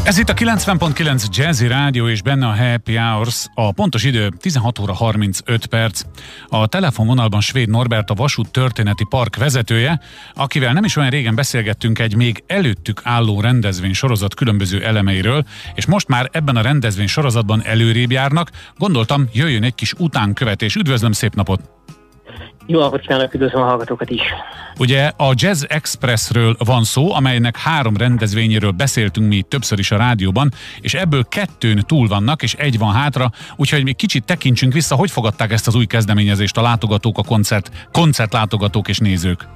Ez itt a 90.9 Jazzy Rádió és benne a Happy Hours, a pontos idő 16 óra 35 perc. A telefonvonalban Svéd Norbert, a Vasút Történeti Park vezetője, akivel nem is olyan régen beszélgettünk egy még előttük álló rendezvény sorozat különböző elemeiről, és most már ebben a rendezvény sorozatban előrébb járnak. Gondoltam, jöjjön egy kis utánkövetés. Üdvözlöm, szép napot! Jó napot kívánok, üdvözlöm a hallgatókat is! Ugye a Jazz Expressről van szó, amelynek 3 rendezvényéről beszéltünk mi többször is a rádióban, és ebből 2 túl vannak, és 1 van hátra, úgyhogy még kicsit tekintsünk vissza, hogy fogadták ezt az új kezdeményezést a látogatók, a koncertlátogatók és nézők.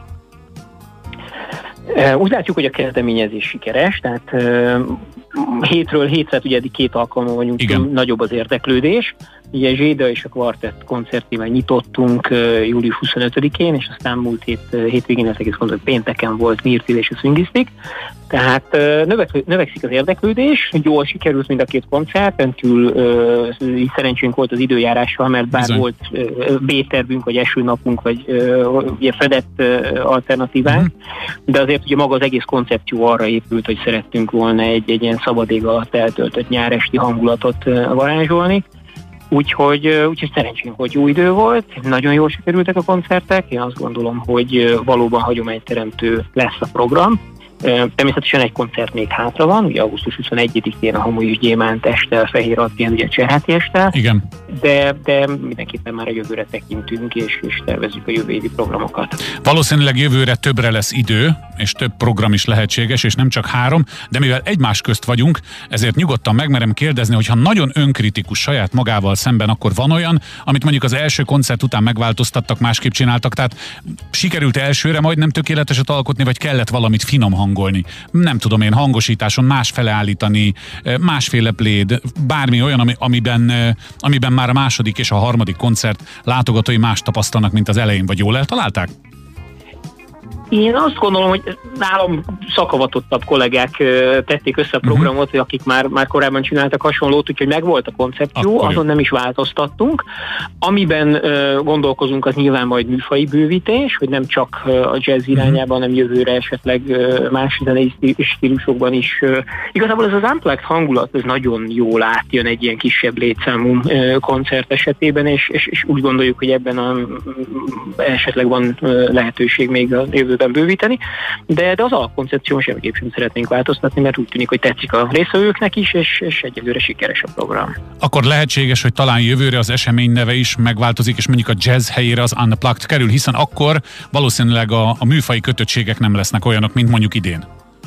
Úgy látjuk, hogy a kezdeményezés sikeres, tehát hétről hétre, ugye eddig 2 alkalommal vagyunk, nagyobb az érdeklődés. Ugye Zséda és a Kvartett koncertjével nyitottunk július 25-én, és aztán múlt hétvégén, ez egész mondom, pénteken volt Mirtil és a Swingistik. Tehát növekszik az érdeklődés, jól sikerült mind a 2 koncert, rendkívül szerencsénk volt az időjárással, mert bár volt B-tervünk, vagy esőnapunk, vagy ugye fedett alternatívánk, de azért ugye maga az egész koncepció arra épült, hogy szerettünk volna egy ilyen szabad ég alatt eltöltött nyáresti hangulatot varázsolni. Úgyhogy szerencsém, hogy jó idő volt, nagyon jól sikerültek a koncertek, én azt gondolom, hogy valóban hagyományteremtő lesz a program. Természetesen egy koncert még hátra van, ugye augusztus 21-én a Hamu és Gyémánt este, Fehér Adrien, ugye Cserháti este. Igen. De mindenképpen már a jövőre tekintünk, és tervezzük a jövő évi programokat. Valószínűleg jövőre többre lesz idő, és több program is lehetséges, és nem csak 3, de mivel egymás közt vagyunk, ezért nyugodtan megmerem kérdezni, hogyha nagyon önkritikus saját magával szemben, akkor van olyan, amit mondjuk az első koncert után megváltoztattak, másképp csináltak, tehát sikerült elsőre majdnem tökéleteset alkotni, vagy kellett valamit finom hangolni? Nem tudom én, hangosításon másfele állítani, másféle pléd, bármi olyan, amiben már a második és a harmadik koncert látogatói más tapasztalnak, mint az elején, vagy jól eltalálták? Én azt gondolom, hogy nálam szakavatottabb kollégák tették össze a programot, akik már korábban csináltak hasonlót, úgyhogy megvolt a koncepció, azon nem is változtattunk. Amiben gondolkozunk, az nyilván majd műfaji bővítés, hogy nem csak a jazz irányában, hanem jövőre esetleg más zenei stílusokban is. Igazából ez az unplugged hangulat, ez nagyon jól átjön egy ilyen kisebb létszámú koncert esetében, és úgy gondoljuk, hogy ebben esetleg van lehetőség még a jövőben bővíteni, de az alapkoncepción semmiképp sem szeretnénk változtatni, mert úgy tűnik, hogy tetszik a résztvevőknek is, és egyelőre sikeres a program. Akkor lehetséges, hogy talán jövőre az esemény neve is megváltozik, és mondjuk a jazz helyére az unplugged kerül, hiszen akkor valószínűleg a műfaji kötöttségek nem lesznek olyanok, mint mondjuk idén.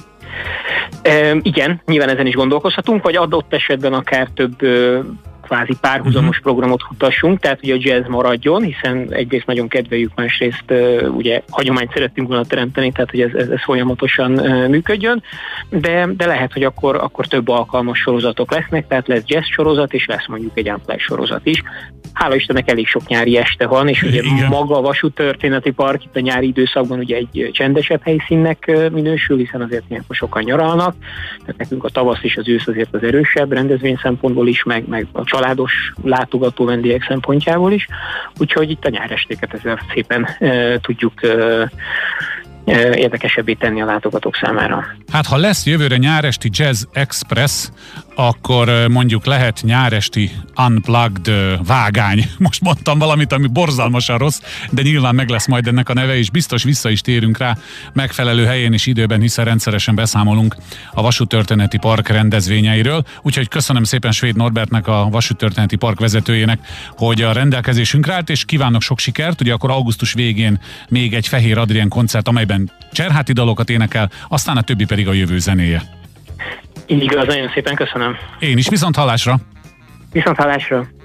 Igen, nyilván ezen is gondolkozhatunk, vagy adott esetben akár több kvázi párhuzamos programot futassunk, tehát hogy a jazz maradjon, hiszen egyrészt nagyon kedveljük, másrészt ugye hagyományt szerettünk volna teremteni, tehát hogy ez folyamatosan működjön, de lehet, hogy akkor több alkalmas sorozatok lesznek, tehát lesz jazz sorozat, és lesz mondjuk egy unplugged sorozat is. Hála Istennek elég sok nyári este van, és ugye maga a Vasút Történeti Park itt a nyári időszakban ugye egy csendesebb helyszínnek minősül, hiszen azért ilyenkor sokan nyaralnak, tehát nekünk a tavasz és az ősz azért az erősebb rendezvény szempontból is, meg a családos látogató vendégek szempontjából is, úgyhogy itt a nyárestéket ezzel szépen tudjuk érdekesebbé tenni a látogatók számára. Hát ha lesz jövőre nyáresti Jazz Express, akkor mondjuk lehet nyáresti unplugged vágány. Most mondtam valamit, ami borzalmasan rossz, de nyilván meg lesz majd ennek a neve, és biztos vissza is térünk rá megfelelő helyén és időben, hiszen rendszeresen beszámolunk a Vasút Történeti Park rendezvényeiről. Úgyhogy köszönöm szépen Svéd Norbertnek, a Vasút Történeti Park vezetőjének, hogy a rendelkezésünkre állt, és kívánok sok sikert. Ugye akkor augusztus végén még egy Fehér Adrien koncert, amelyben Cserháti dalokat énekel, aztán a többi pedig a jövő zenéje. Így igaz, nagyon szépen köszönöm. Én is, viszont hallásra! Viszont hallásra!